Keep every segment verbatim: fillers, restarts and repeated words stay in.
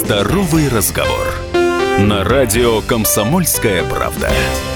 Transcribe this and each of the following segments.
Здоровый разговор. На радио «Комсомольская правда».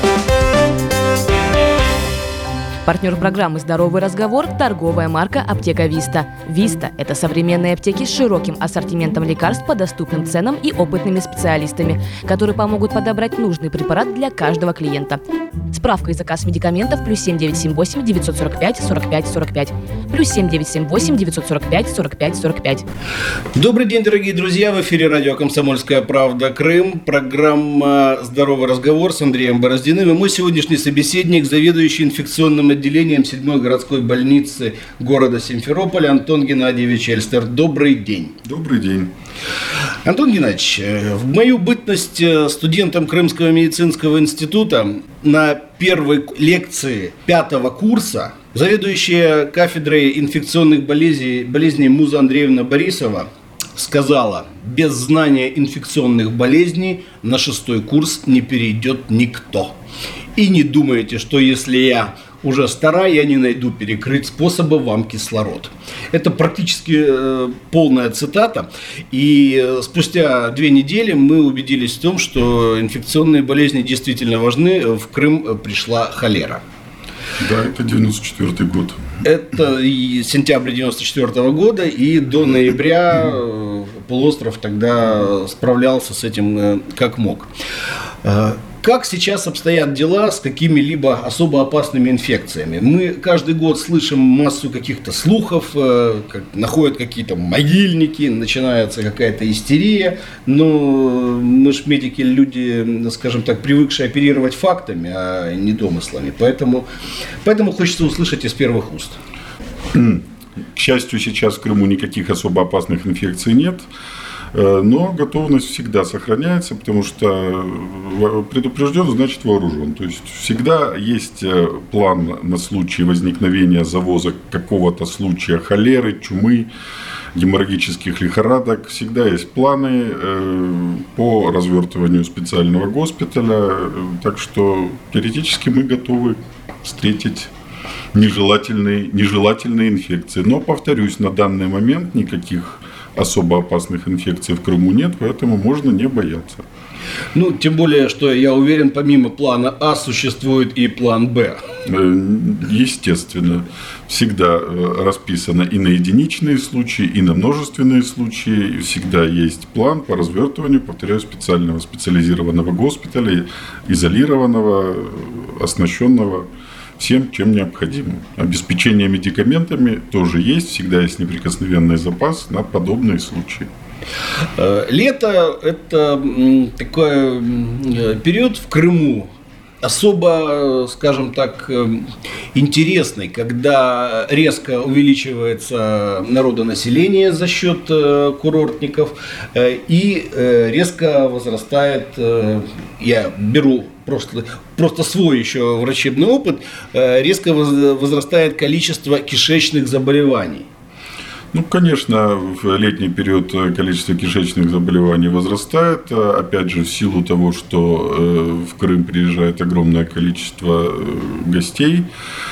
Партнер программы «Здоровый разговор» – торговая марка «Аптека Виста». Виста – это современные аптеки с широким ассортиментом лекарств по доступным ценам и опытными специалистами, которые помогут подобрать нужный препарат для каждого клиента. Справка и заказ медикаментов плюс семь девятьсот семьдесят восемь девятьсот сорок пять сорок пять сорок пять. Плюс семь девятьсот семьдесят восемь девятьсот сорок пять сорок пять сорок пять. Добрый день, дорогие друзья! В эфире радио «Комсомольская правда. Крым». Программа «Здоровый разговор» с Андреем Бороздиным. И мой сегодняшний собеседник, заведующий инфекционным отделением седьмой городской больницы города Симферополя Антон Геннадьевич Эльстер. Добрый день. Добрый день. Антон Геннадьевич, в мою бытность студентом Крымского медицинского института на первой лекции пятого курса заведующая кафедрой инфекционных болезней, болезней Муза Андреевна Борисова сказала: без знания инфекционных болезней на шестой курс не перейдет никто. И не думайте, что если я уже стара, я не найду перекрыть способа вам кислород. Это практически э, полная цитата. И э, спустя две недели мы убедились в том, что инфекционные болезни действительно важны. В Крым пришла холера. Да, это девяносто четвёртый год. Это и сентябрь девяносто четвёртого года, и до ноября э, полуостров тогда справлялся с этим э, как мог. Э, Как сейчас обстоят дела с какими-либо особо опасными инфекциями? Мы каждый год слышим массу каких-то слухов, как находят какие-то могильники, начинается какая-то истерия. Но мы ж медики, люди, скажем так, привыкшие оперировать фактами, а не домыслами. Поэтому, поэтому хочется услышать из первых уст. К счастью, сейчас в Крыму никаких особо опасных инфекций нет. Но готовность всегда сохраняется, потому что предупрежден, значит вооружен. То есть всегда есть план на случай возникновения завоза какого-то случая холеры, чумы, геморрагических лихорадок. Всегда есть планы по развертыванию специального госпиталя. Так что теоретически мы готовы встретить нежелательные, нежелательные инфекции. Но, повторюсь, на данный момент никаких особо опасных инфекций в Крыму нет, поэтому можно не бояться. Ну, тем более, что я уверен, помимо плана А существует и план Б. Естественно, всегда расписано и на единичные случаи, и на множественные случаи. Всегда есть план по развертыванию, повторяю, специального специализированного госпиталя, изолированного, оснащенного всем, чем необходимо. Обеспечение медикаментами тоже есть, всегда есть неприкосновенный запас на подобные случаи. Лето – это такой период в Крыму особо, скажем так, интересный, когда резко увеличивается народонаселение за счет курортников и резко возрастает, я беру просто, просто свой еще врачебный опыт, резко возрастает количество кишечных заболеваний. Ну, конечно, в летний период количество кишечных заболеваний возрастает, опять же, в силу того, что в Крым приезжает огромное количество гостей,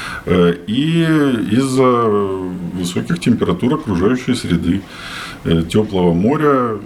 и из-за высоких температур окружающей среды, теплого моря.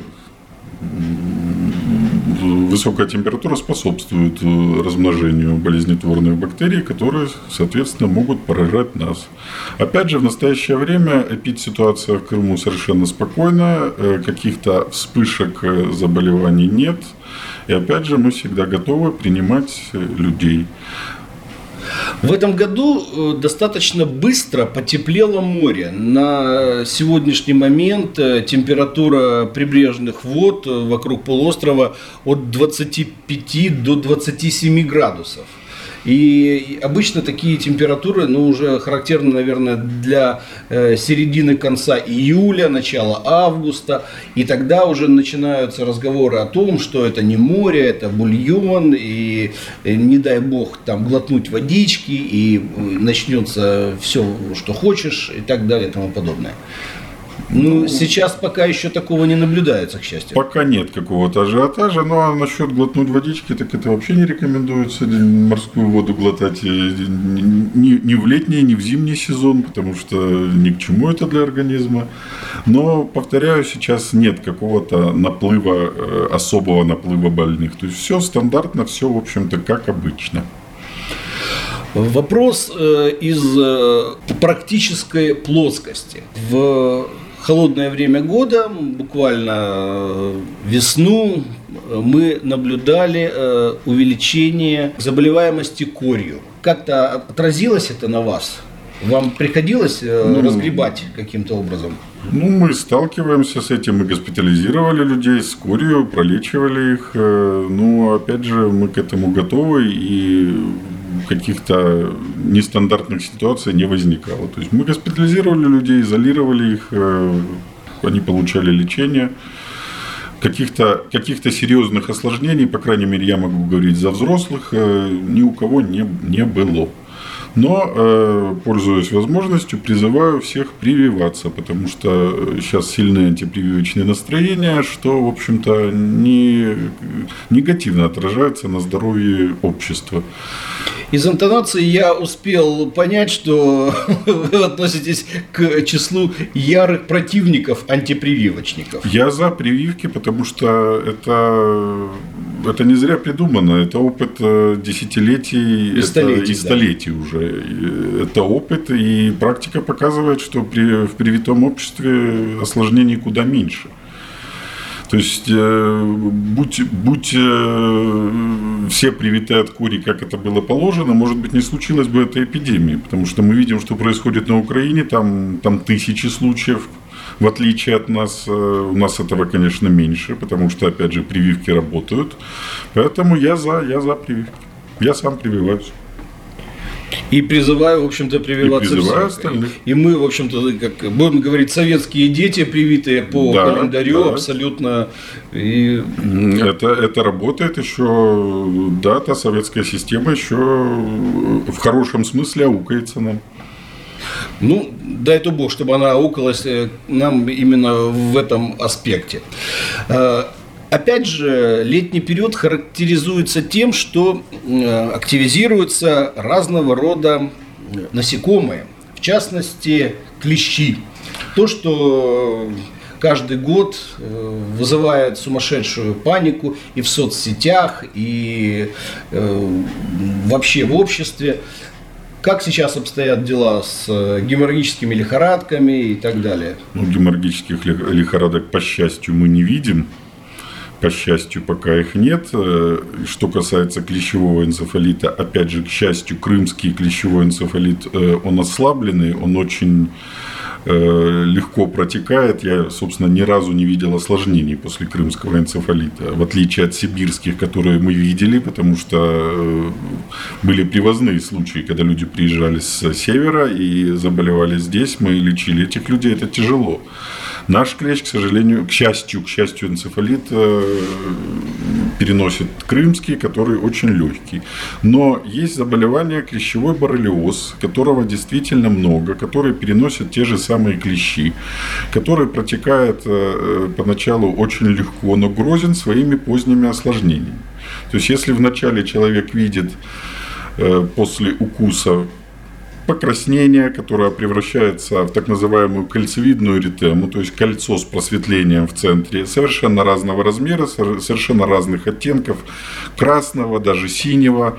Высокая температура способствует размножению болезнетворных бактерий, которые, соответственно, могут поражать нас. Опять же, в настоящее время эпидситуация в Крыму совершенно спокойная, каких-то вспышек заболеваний нет. И опять же, мы всегда готовы принимать людей. В этом году достаточно быстро потеплело море. На сегодняшний момент температура прибрежных вод вокруг полуострова от двадцати пяти до двадцати семи градусов. И обычно такие температуры, ну, уже характерны, наверное, для э, середины конца июля, начала августа. И тогда уже начинаются разговоры о том, что это не море, это бульон, и э, не дай бог там глотнуть водички, и э, начнется все, что хочешь, и так далее, и тому подобное. Ну, сейчас пока еще такого не наблюдается, к счастью. Пока нет какого-то ажиотажа, ну а насчет глотнуть водички, так это вообще не рекомендуется морскую воду глотать ни, ни в летний, ни в зимний сезон, потому что ни к чему это для организма. Но, повторяю, сейчас нет какого-то наплыва, особого наплыва больных. То есть все стандартно, все, в общем-то, как обычно. Вопрос из практической плоскости. В холодное время года, буквально весну, мы наблюдали увеличение заболеваемости корью. Как-то отразилось это на вас? Вам приходилось ну, разгребать каким-то образом? Ну, мы сталкиваемся с этим, мы госпитализировали людей с корью, пролечивали их. Но, опять же, мы к этому готовы, и каких-то нестандартных ситуаций не возникало. То есть мы госпитализировали людей, изолировали их, они получали лечение. Каких-то, каких-то серьезных осложнений, по крайней мере, я могу говорить за взрослых, ни у кого не, не было. Но, пользуясь возможностью, призываю всех прививаться, потому что сейчас сильные антипрививочные настроения, что, в общем-то, не, негативно отражается на здоровье общества. Из интонации я успел понять, что вы относитесь к числу ярых противников антипрививочников. Я за прививки, потому что это, это не зря придумано. Это опыт десятилетий и столетий, и столетий да. уже. Это опыт, и практика показывает, что при, в привитом обществе осложнений куда меньше. То есть, э, будь, будь э, все привиты от кори, как это было положено, может быть, не случилось бы этой эпидемии. Потому что мы видим, что происходит на Украине, там, там тысячи случаев, в отличие от нас. У нас этого, конечно, меньше, потому что, опять же, прививки работают. Поэтому я за, я за прививки. Я сам прививаюсь. И призываю, в общем-то, прививаться всем. И мы, в общем-то, как будем говорить, советские дети, привитые по да, календарю, да. абсолютно. И... Это, это работает еще, да, та советская система еще в хорошем смысле аукается нам. Ну, дай-то Бог, чтобы она аукалась нам именно в этом аспекте. Опять же, летний период характеризуется тем, что активизируются разного рода насекомые, в частности, клещи. То, что каждый год вызывает сумасшедшую панику и в соцсетях, и вообще в обществе. Как сейчас обстоят дела с геморрагическими лихорадками и так далее? Ну, геморрагических лихорадок, по счастью, мы не видим. По счастью, пока их нет. Что касается клещевого энцефалита, опять же, к счастью, крымский клещевой энцефалит, он ослабленный, он очень легко протекает. Я, собственно, ни разу не видел осложнений после крымского энцефалита, в отличие от сибирских, которые мы видели, потому что были привозные случаи, когда люди приезжали с севера и заболевали здесь, мы лечили этих людей, это тяжело. Наш клещ, к сожалению, к счастью, к счастью, энцефалит переносит крымский, который очень легкий. Но есть заболевание клещевой боррелиоз, которого действительно много, который переносит те же самые клещи, который протекает поначалу очень легко, но грозен своими поздними осложнениями. То есть, если вначале человек видит после укуса покраснение, которое превращается в так называемую кольцевидную эритему, то есть кольцо с просветлением в центре, совершенно разного размера, совершенно разных оттенков, красного, даже синего.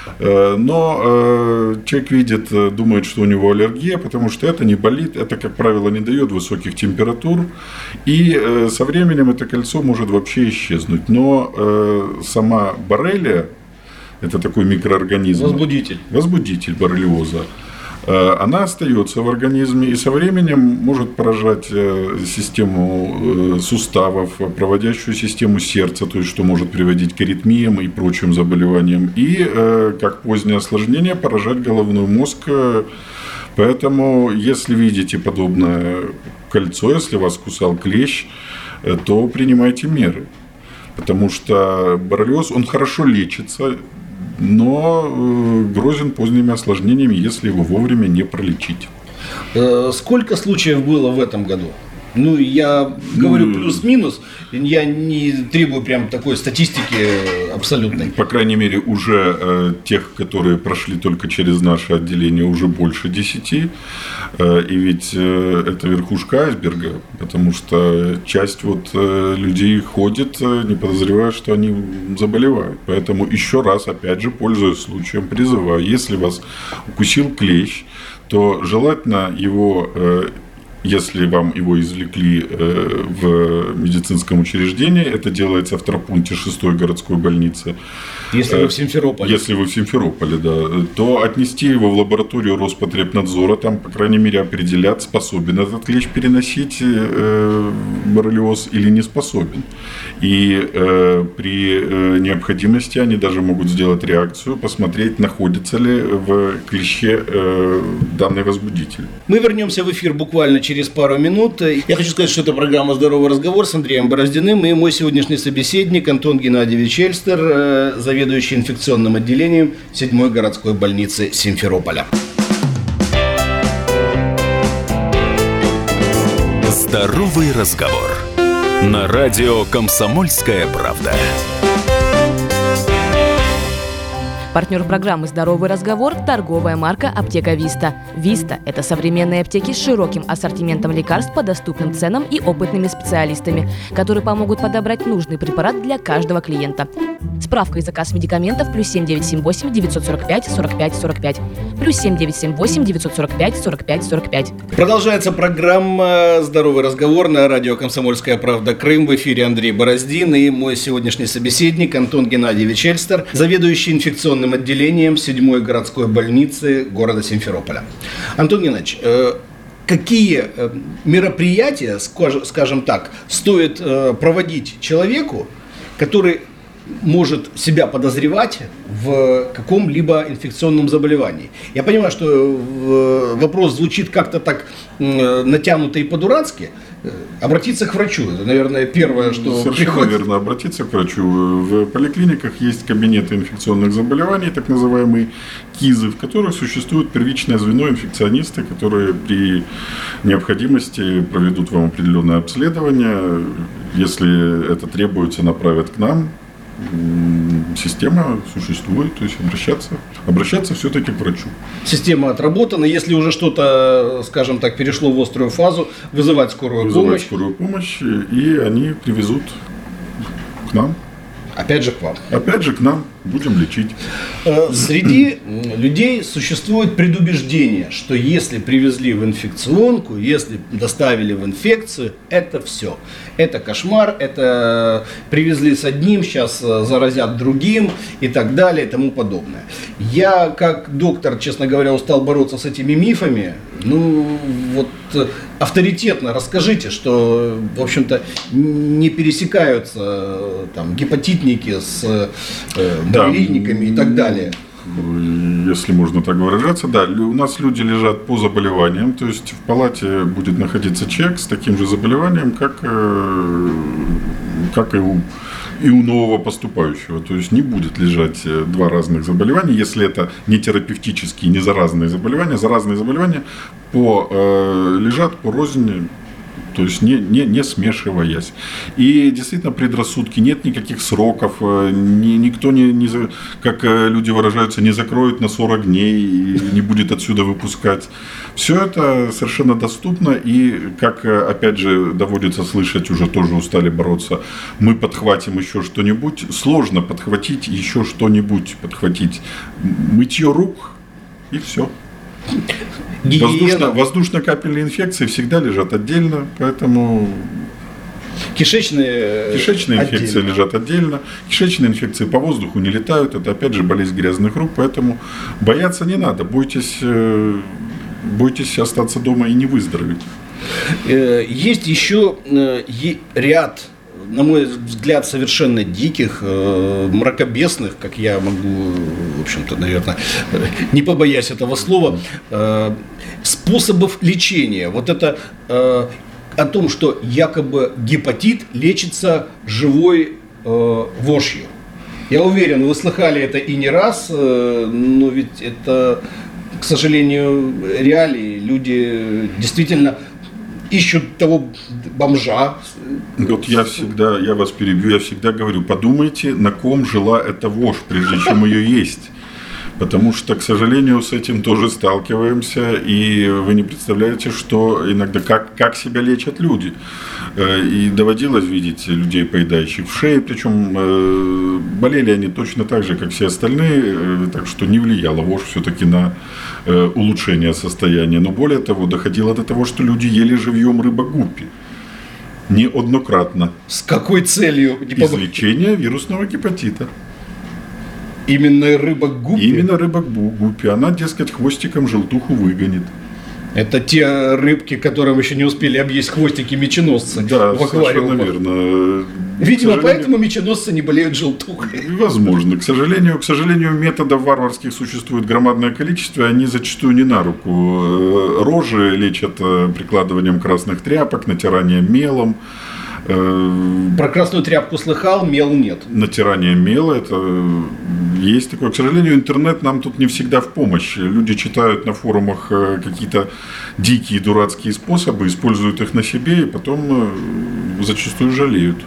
Но человек видит, думает, что у него аллергия, потому что это не болит, это, как правило, не дает высоких температур, и со временем это кольцо может вообще исчезнуть. Но сама боррелия, это такой микроорганизм, возбудитель, возбудитель боррелиоза, она остается в организме и со временем может поражать систему суставов, проводящую систему сердца, то есть что может приводить к аритмиям и прочим заболеваниям, и как позднее осложнение поражать головной мозг. Поэтому, если видите подобное кольцо, если вас кусал клещ, то принимайте меры, потому что боррелиоз, он хорошо лечится, но грозен поздними осложнениями, если его вовремя не пролечить. Сколько случаев было в этом году? Ну, я говорю Ну, плюс-минус, я не требую прям такой статистики абсолютной. По крайней мере, уже э, тех, которые прошли только через наше отделение, уже больше десяти. Э, и ведь э, это верхушка айсберга, потому что часть вот, э, людей ходит, э, не подозревая, что они заболевают. Поэтому еще раз, опять же, пользуясь случаем, призываю, если вас укусил клещ, то желательно его... Э, Если вам его извлекли в медицинском учреждении, это делается в травмпункте шестой городской больницы. Если вы в Симферополе. Если вы в Симферополе, да. То отнести его в лабораторию Роспотребнадзора, там, по крайней мере, определят, способен этот клещ переносить боррелиоз или не способен. И при необходимости они даже могут сделать реакцию, посмотреть, находится ли в клеще данный возбудитель. Мы вернемся в эфир буквально через Через пару минут. Я хочу сказать, что это программа «Здоровый разговор» с Андреем Бороздиным и мой сегодняшний собеседник Антон Геннадьевич Эльстер, заведующий инфекционным отделением седьмой городской больницы Симферополя. «Здоровый разговор» на радио «Комсомольская правда». Партнер программы «Здоровый разговор» – торговая марка «Аптека Виста». Виста – это современные аптеки с широким ассортиментом лекарств по доступным ценам и опытными специалистами, которые помогут подобрать нужный препарат для каждого клиента. Справка и заказ медикаментов плюс семь девять семь восемь девятьсот сорок пять сорок пять сорок пять. Плюс семь девять семь восемь девятьсот сорок пять сорок пять сорок пять. Продолжается программа «Здоровый разговор» на радио «Комсомольская правда. Крым». В эфире Андрей Бороздин и мой сегодняшний собеседник Антон Геннадьевич Эльстер, заведующий инфекционным отделением седьмой городской больницы города Симферополя. Антон Геннадьевич, какие мероприятия, скажем так, стоит проводить человеку, который может себя подозревать в каком-либо инфекционном заболевании? Я понимаю, что вопрос звучит как-то так натянуто и по-дурацки. Обратиться к врачу. Это, наверное, первое, что Совершенно приходит. верно, обратиться к врачу. В поликлиниках есть кабинеты инфекционных заболеваний, так называемые КИЗы, в которых существует первичное звено инфекционисты, которые при необходимости проведут вам определенное обследование. Если это требуется, направят к нам. Система существует, то есть обращаться, обращаться все-таки к врачу. Система отработана. Если уже что-то, скажем так, перешло в острую фазу, вызывать скорую Вызывать помощь. скорую помощь, и они привезут к нам. Опять же к вам. Опять же к нам, будем лечить. Среди людей существует предубеждение, что если привезли в инфекционку, если доставили в инфекцию, это все. Это кошмар, это привезли с одним, сейчас заразят другим и так далее и тому подобное. Я, как доктор, честно говоря, устал бороться с этими мифами. Ну, вот авторитетно расскажите, что, в общем-то, не пересекаются там гепатитники с э, боррелийниками, да, и так далее. Если можно так выражаться, да, у нас люди лежат по заболеваниям, то есть в палате будет находиться человек с таким же заболеванием, как, как и у, и у нового поступающего. То есть не будет лежать два разных заболевания, если это не терапевтические, не заразные заболевания. Заразные заболевания по, э, лежат порознь, то есть не, не, не смешиваясь. И действительно предрассудки, нет никаких сроков, ни, никто, не, не, как люди выражаются, не закроет на сорок дней и не будет отсюда выпускать. Все это совершенно доступно, и, как опять же доводится слышать, уже тоже устали бороться, мы подхватим еще что-нибудь. Сложно подхватить еще что-нибудь, подхватить мытье рук и все. Воздушно, воздушно-капельные инфекции всегда лежат отдельно, поэтому кишечные, кишечные инфекции отдельно. лежат отдельно. Кишечные инфекции по воздуху не летают, это опять же болезнь грязных рук, поэтому бояться не надо, бойтесь, бойтесь остаться дома и не выздороветь. Есть еще ряд, на мой взгляд, совершенно диких, э, мракобесных, как я могу, в общем-то, наверное, не побоясь этого слова, э, способов лечения. Вот это э, о том, что якобы гепатит лечится живой э, вошью. Я уверен, вы слыхали это и не раз, э, но ведь это, к сожалению, реалии. Люди действительно ищут того бомжа. Вот я всегда, я вас перебью, я всегда говорю, подумайте, на ком жила эта вошь, прежде чем ее есть. Потому что, к сожалению, с этим тоже сталкиваемся, и вы не представляете, что иногда, как, как себя лечат люди. И доводилось видеть людей, поедающих в шею, причем болели они точно так же, как все остальные, так что не влияла вошь все-таки на улучшение состояния. Но более того, доходило до того, что люди ели живьем рыба-гуппи. Неоднократно. С какой целью? Излечение вирусного гепатита. Именно рыба-гуппи? Именно рыба-гуппи. Она, дескать, хвостиком желтуху выгонит. Это те рыбки, которым еще не успели объесть хвостики меченосца, да, в аквариумах. Верно. Видимо, сожалению... поэтому меченосцы не болеют желтухой. Возможно. К сожалению, к сожалению, методов варварских существует громадное количество, и они зачастую не на руку. Рожи лечат прикладыванием красных тряпок, натиранием мелом. Про красную тряпку слыхал, мел нет. Натирание мела, это есть такое. К сожалению, интернет нам тут не всегда в помощь. Люди читают на форумах какие-то дикие, дурацкие способы, используют их на себе и потом зачастую жалеют.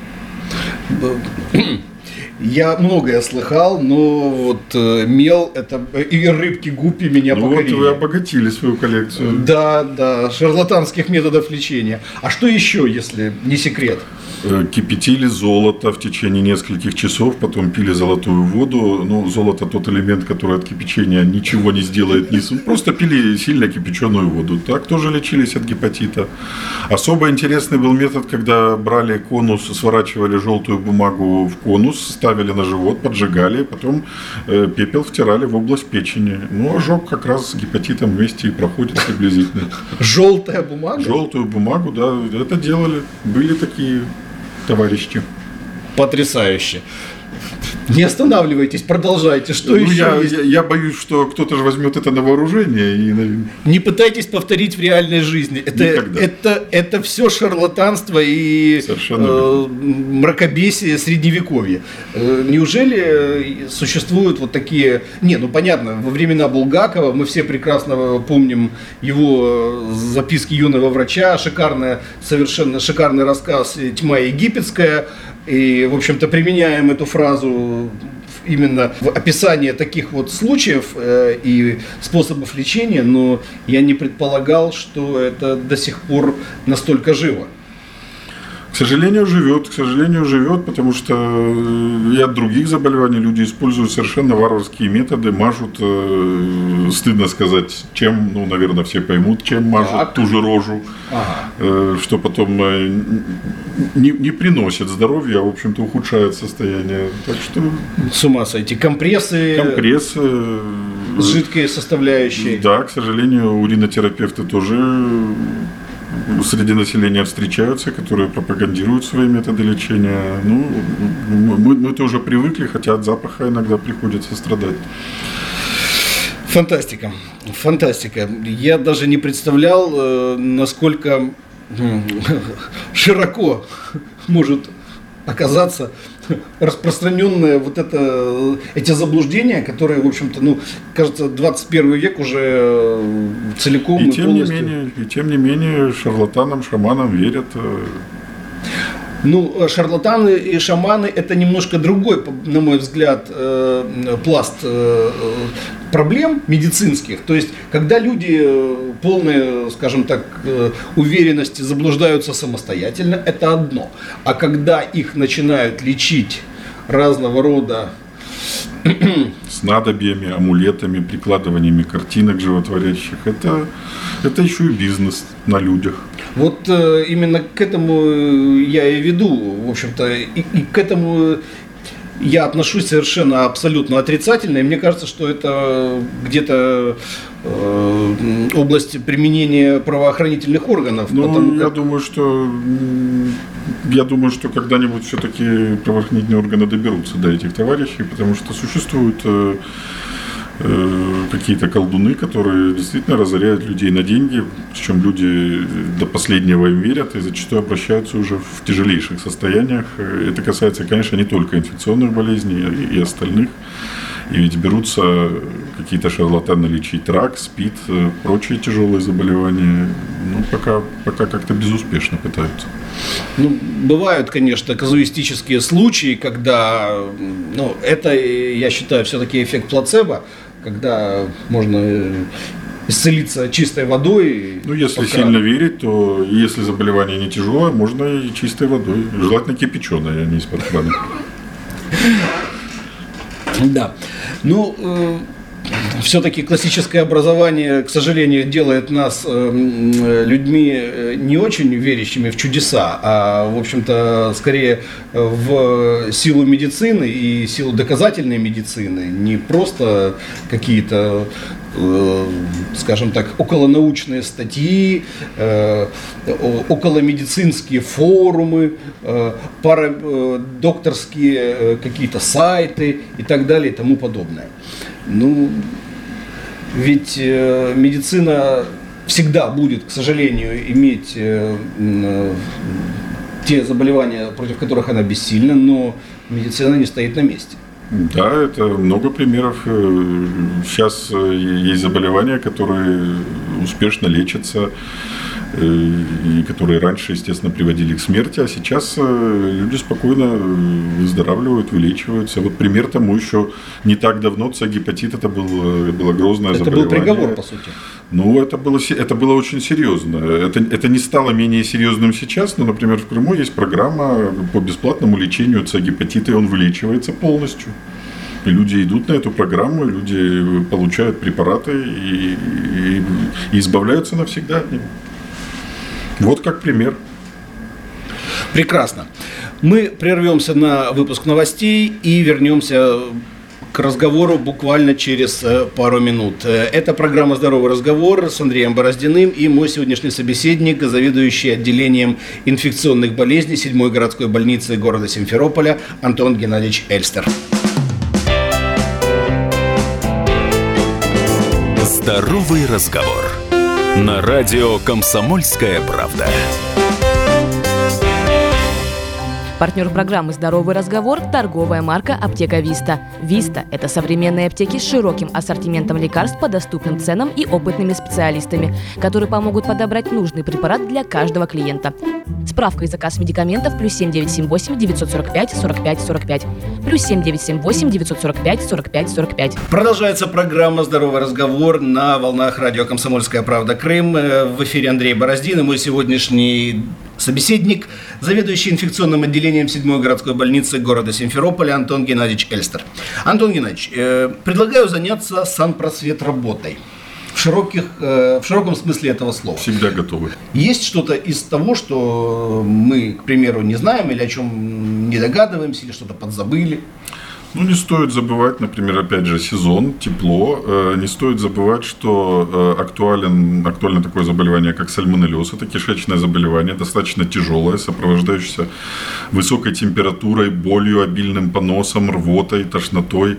Я многое слыхал, но вот э, мел это, и рыбки гуппи меня ну покорили. Вот вы обогатили свою коллекцию. Да, да, шарлатанских методов лечения. А что еще, если не секрет? Кипятили золото в течение нескольких часов, потом пили золотую воду. Ну, золото тот элемент, который от кипячения ничего не сделает. Не... Просто пили сильно кипяченую воду. Так тоже лечились от гепатита. Особо интересный был метод, когда брали конус, сворачивали желтую бумагу в конус, ставили на живот, поджигали, потом пепел втирали в область печени. Ну, ожог как раз с гепатитом вместе и проходит приблизительно. Желтая бумага? Желтую бумагу, да, это делали. Были такие товарищи. Потрясающе. Не останавливайтесь, продолжайте. Что ну, еще я, есть? Я, я боюсь, что кто-то же возьмет это на вооружение. И... Не пытайтесь повторить в реальной жизни. Это, это, это все шарлатанство и э, мракобесие средневековья. Э, неужели существуют вот такие... Не, ну понятно, во времена Булгакова мы все прекрасно помним его записки юного врача, шикарная, совершенно шикарный рассказ «Тьма египетская». И, в общем-то, применяем эту фразу именно в описании таких вот случаев э, и способов лечения, но я не предполагал, что это до сих пор настолько живо. К сожалению, живет, к сожалению, живет, потому что и от других заболеваний люди используют совершенно варварские методы, мажут, э, стыдно сказать, чем, ну, наверное, все поймут, чем мажут так. Ту же рожу, ага. э, что потом э, не, не приносит здоровья, а, в общем-то, ухудшает состояние. Так что... С ума сойти. Компрессы, Компрессы с жидкой составляющей. Да, к сожалению, уринотерапевты тоже... среди населения встречаются, которые пропагандируют свои методы лечения. Ну, мы, мы тоже привыкли, хотя от запаха иногда приходится страдать. Фантастика. Фантастика. Я даже не представлял, насколько широко может оказаться распространенные вот это, эти заблуждения, которые, в общем-то, ну, кажется, двадцать первый век уже целиком и, и тем полностью... не менее, и тем не менее шарлатанам, шаманам верят. Ну, шарлатаны и шаманы – это немножко другой, на мой взгляд, пласт проблем медицинских. То есть, когда люди полные, скажем так, уверенности заблуждаются самостоятельно, это одно. А когда их начинают лечить разного рода снадобьями, амулетами, прикладываниями картинок животворящих, это, это еще и бизнес на людях. Вот э, именно к этому я и веду, в общем-то, и, и к этому я отношусь совершенно абсолютно отрицательно, и мне кажется, что это где-то э, область применения правоохранительных органов. Ну, потому я как... думаю, что я думаю, что когда-нибудь все-таки правоохранительные органы доберутся до этих товарищей, потому что существуют э, какие-то колдуны, которые действительно разоряют людей на деньги, причем люди до последнего им верят и зачастую обращаются уже в тяжелейших состояниях. Это касается, конечно, не только инфекционных болезней, а и остальных. И ведь берутся какие-то шарлатаны лечить рак, СПИД, прочие тяжелые заболевания. Ну, пока, пока как-то безуспешно пытаются. Ну, бывают, конечно, казуистические случаи, когда, ну, это, я считаю, все-таки эффект плацебо, когда можно исцелиться чистой водой. Ну, если сильно верить, то если заболевание не тяжелое, можно и чистой водой. Желательно кипяченой, а не из-под крана. Да. Ну, э, все-таки классическое образование, к сожалению, делает нас э, людьми не очень верящими в чудеса, а, в общем-то, скорее в силу медицины и силу доказательной медицины, не просто какие-то, э, скажем так, околонаучные статьи, э, околомедицинские форумы, э, парадокторские э, какие-то сайты и так далее и тому подобное. Ну, ведь э, медицина всегда будет, к сожалению, иметь э, э, те заболевания, против которых она бессильна, но медицина не стоит на месте. Да, это много примеров. Сейчас есть заболевания, которые успешно лечатся, и которые раньше, естественно, приводили к смерти, а сейчас люди спокойно выздоравливают, вылечиваются. Вот пример тому еще не так давно С-гепатит, это был, было грозное это заболевание. Это был приговор, по сути. Ну, это было, это было очень серьезно. Это, это не стало менее серьезным сейчас, но, например, в Крыму есть программа по бесплатному лечению С-гепатита, и он вылечивается полностью. И люди идут на эту программу, люди получают препараты и, и, и избавляются навсегда от них. Вот как пример. Прекрасно. Мы прервемся на выпуск новостей и вернемся к разговору буквально через пару минут. Это программа «Здоровый разговор» с Андреем Бороздиным и мой сегодняшний собеседник, заведующий отделением инфекционных болезней седьмой городской больницы города Симферополя Антон Геннадьевич Эльстер. «Здоровый разговор» на радио «Комсомольская правда». Партнер программы «Здоровый разговор» – торговая марка «Аптека Виста». Виста – это современные аптеки с широким ассортиментом лекарств по доступным ценам и опытными специалистами, которые помогут подобрать нужный препарат для каждого клиента. Справка и заказ медикаментов плюс семь девятьсот семьдесят восемь девятьсот сорок пять сорок пять сорок пять. Плюс семь девятьсот семьдесят восемь девятьсот сорок пять сорок пять сорок пять. Продолжается программа «Здоровый разговор» на волнах радио «Комсомольская правда. Крым». В эфире Андрей Бороздин и мой сегодняшний собеседник, заведующий инфекционным отделением седьмой городской больницы города Симферополя Антон Геннадьевич Эльстер. Антон Геннадьевич, э, предлагаю заняться санпросветработой. В, широких, э, в широком смысле этого слова. Всегда готовы. Есть что-то из того, что мы, к примеру, не знаем или о чем не догадываемся, или что-то подзабыли? Ну, не стоит забывать, например, опять же, сезон, тепло. Не стоит забывать, что актуален, актуально такое заболевание, как сальмонеллез. Это кишечное заболевание, достаточно тяжелое, сопровождающееся высокой температурой, болью, обильным поносом, рвотой, тошнотой.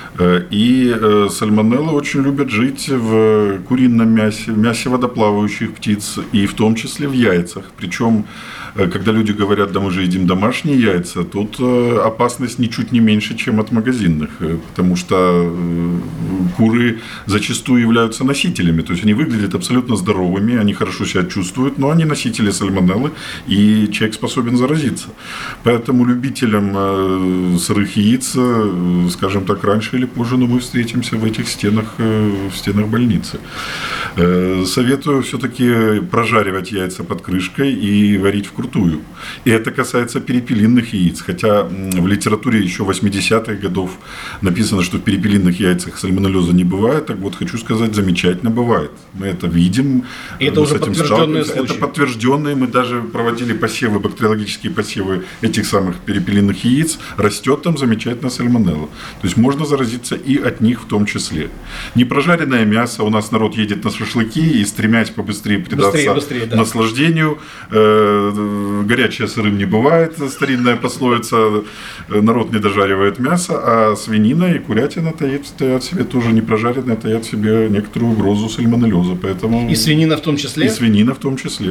И сальмонеллы очень любят жить в курином мясе, в мясе водоплавающих птиц, и в том числе в яйцах. Причем, когда люди говорят, да мы же едим домашние яйца, тут опасность ничуть не меньше, чем от магазинных, потому что куры зачастую являются носителями, то есть они выглядят абсолютно здоровыми, они хорошо себя чувствуют, но они носители сальмонеллы, и человек способен заразиться. Поэтому любителям сырых яиц, скажем так, раньше или позже, но мы встретимся в этих стенах, в стенах больницы. Советую все-таки прожаривать яйца под крышкой и варить вкрутую. И это касается перепелиных яиц, хотя в литературе еще восьмидесятых годов написано, что в перепелиных яйцах сальмонеллеза не бывает, так вот хочу сказать, замечательно бывает. Мы это видим. И это уже подтвержденные случаи. Это подтвержденные, мы даже проводили посевы, бактериологические посевы этих самых перепелиных яиц, растет там замечательно сальмонелла. То есть можно заразиться и от них в том числе. Непрожаренное мясо, у нас народ едет на шашлыки и, стремясь побыстрее предаться быстрее, быстрее, да. наслаждению, э, горячее сырым не бывает, старинная пословица, народ не дожаривает мясо, а свинина и курятина таят, таят в себе тоже непрожаренное, таят в себе некоторую угрозу сальмонеллеза. Поэтому... И свинина в том числе? И свинина в том числе.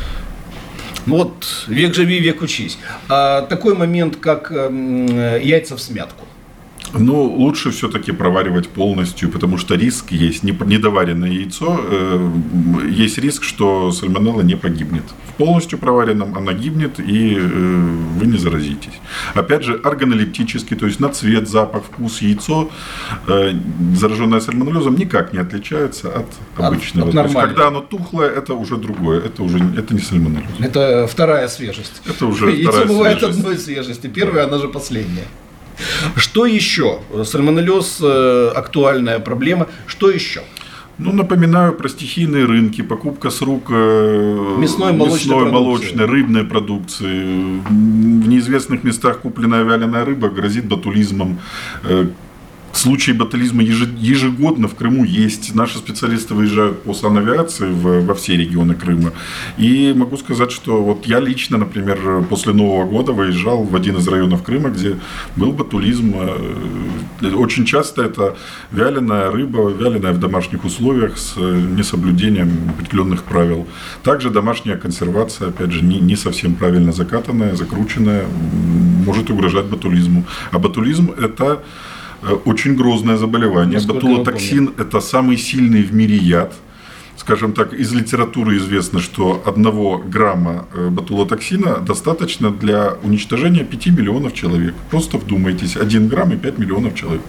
Вот, век живи, век учись. А, такой момент, как э, яйца в смятку. Ну, лучше все-таки проваривать полностью, потому что риск есть. Недоваренное яйцо, э, есть риск, что сальмонелла не погибнет. В полностью проваренном она гибнет, и э, вы не заразитесь. Опять же, органолептически, то есть на цвет, запах, вкус яйцо, э, зараженное сальмонеллезом, никак не отличается от обычного. От, от то есть, когда нормального. оно тухлое, это уже другое, это уже это не сальмонеллез. Это вторая свежесть. Это уже Яйцо вторая бывает свежесть. одной свежести. Первая, она же последняя. Что еще? Сальмонеллез – актуальная проблема. Что еще? Ну, напоминаю про стихийные рынки, покупка с рук э, Мясной, молочной мясной, продукции. молочной, рыбной продукции. В неизвестных местах купленная вяленая рыба грозит ботулизмом. Э, Случаи ботулизма ежегодно в Крыму есть. Наши специалисты выезжают по санавиации в, во все регионы Крыма. И могу сказать, что вот я лично, например, после Нового года выезжал в один из районов Крыма, где был ботулизм. Очень часто это вяленая рыба, вяленая в домашних условиях с несоблюдением определенных правил. Также домашняя консервация, опять же, не, не совсем правильно закатанная, закрученная, может угрожать ботулизму. А ботулизм – это очень грозное заболевание. Насколько Ботулотоксин – это самый сильный в мире яд. Скажем так, из литературы известно, что одного грамма ботулотоксина достаточно для уничтожения пяти миллионов человек. Просто вдумайтесь, один грамм и пять миллионов человек.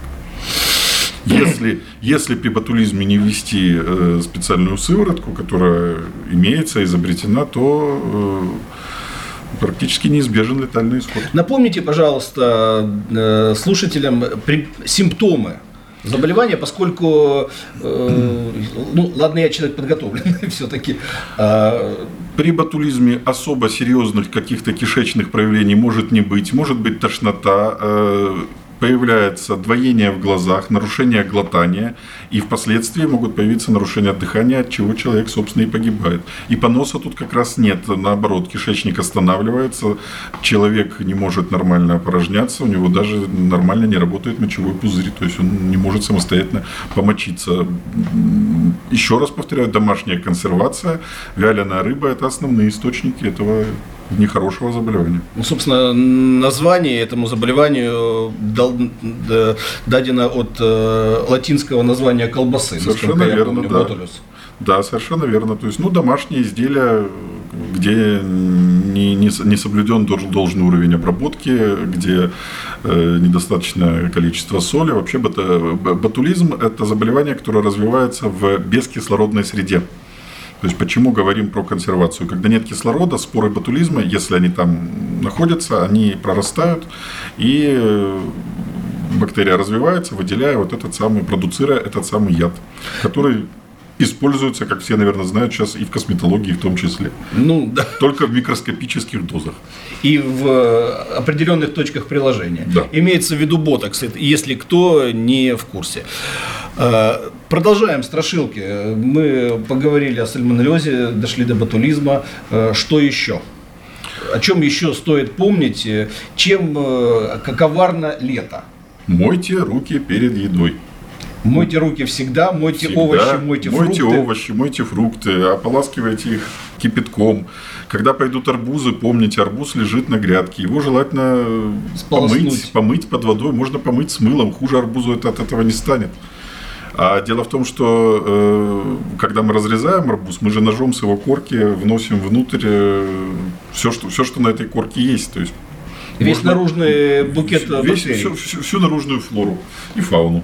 Если, если при ботулизме не ввести специальную сыворотку, которая имеется, изобретена, то практически неизбежен летальный исход. Напомните, пожалуйста, слушателям симптомы заболевания, поскольку, ну, ладно, я человек подготовленный все-таки. При ботулизме особо серьезных каких-то кишечных проявлений может не быть. Может быть тошнота, появляется двоение в глазах, нарушение глотания, и впоследствии могут появиться нарушения дыхания, от чего человек, собственно, и погибает. И поноса тут как раз нет, наоборот, кишечник останавливается, человек не может нормально опорожняться, у него даже нормально не работает мочевой пузырь, то есть он не может самостоятельно помочиться. Еще раз повторяю, домашняя консервация, вяленая рыба – это основные источники этого нехорошего заболевания. Ну, собственно, название этому заболеванию дал, да, дадено от э, латинского названия колбасы. Совершенно я верно, помню, да. ботулюс. Да, совершенно верно. То есть, ну, домашние изделия, где не, не, не соблюден должный уровень обработки, где э, недостаточное количество соли. Вообще, ботулизм – это заболевание, которое развивается в бескислородной среде. То есть, почему говорим про консервацию? Когда нет кислорода, споры ботулизма, если они там находятся, они прорастают, и бактерия развивается, выделяя вот этот самый, продуцируя этот самый яд, который используется, как все, наверное, знают, сейчас и в косметологии в том числе. Ну, да. Только в микроскопических дозах. И в определенных точках приложения. Да. Имеется в виду ботокс, если кто не в курсе. Продолжаем страшилки. Мы поговорили о сальмонеллезе, дошли до ботулизма. Что еще? О чем еще стоит помнить? Чем коварно лето? Мойте руки перед едой. Мойте руки всегда, мойте Всегда. овощи, мойте, мойте фрукты. овощи, мойте фрукты, ополаскивайте их кипятком. Когда пойдут арбузы, помните, арбуз лежит на грядке. Его желательно помыть, помыть под водой. Можно помыть с мылом. Хуже арбузу это от этого не станет. А дело в том, что э, когда мы разрезаем арбуз, мы же ножом с его корки вносим внутрь э, все, что, все, что на этой корке есть. То есть весь можно, наружный букет весь, бактерий. всю, всю, всю наружную флору и фауну.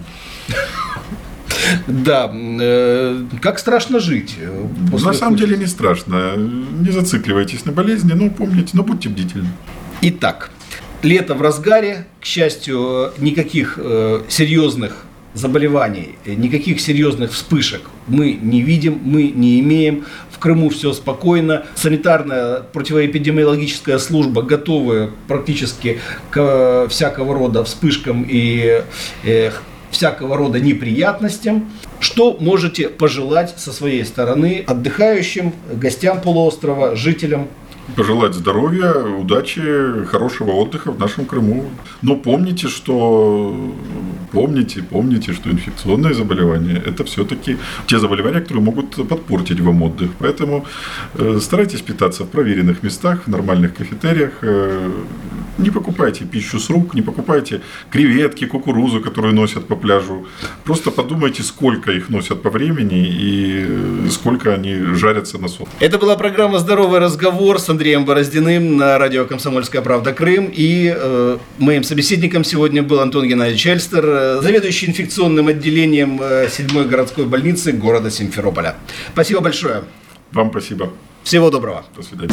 Да, э, как страшно жить. На самом деле не страшно. Не зацикливайтесь на болезни, но помните, но будьте бдительны. Итак, лето в разгаре. К счастью, никаких э, серьезных заболеваний, никаких серьезных вспышек мы не видим, мы не имеем. В Крыму все спокойно. Санитарная противоэпидемиологическая служба готовы практически к всякого рода вспышкам и э, всякого рода неприятностям. Что можете пожелать со своей стороны отдыхающим, гостям полуострова, жителям? Пожелать здоровья, удачи, хорошего отдыха в нашем Крыму. Но помните, что помните, помните, что инфекционные заболевания – это все-таки те заболевания, которые могут подпортить вам отдых. Поэтому старайтесь питаться в проверенных местах, в нормальных кафетериях. Не покупайте пищу с рук, не покупайте креветки, кукурузу, которую носят по пляжу. Просто подумайте, сколько их носят по времени и сколько они жарятся на солнце. Это была программа «Здоровый разговор» с Андреем Бороздиным на радио «Комсомольская правда. Крым». И э, моим собеседником сегодня был Антон Геннадьевич Эльстер, э, заведующий инфекционным отделением э, седьмой городской больницы города Симферополя. Спасибо большое. Вам спасибо. Всего доброго. До свидания.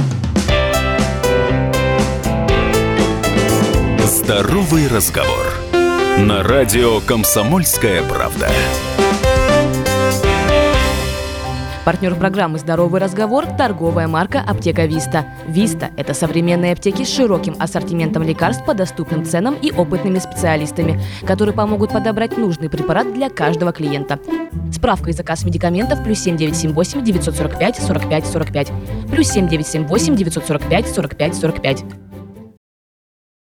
Здоровый разговор. На радио «Комсомольская правда». Партнер программы «Здоровый разговор» – торговая марка «Аптека Виста». Виста – это современные аптеки с широким ассортиментом лекарств по доступным ценам и опытными специалистами, которые помогут подобрать нужный препарат для каждого клиента. Справка и заказ медикаментов плюс семь девять семь восемь девятьсот сорок пять сорок пять сорок пять, плюс семь девять семь восемь девятьсот сорок пять сорок пять сорок пять.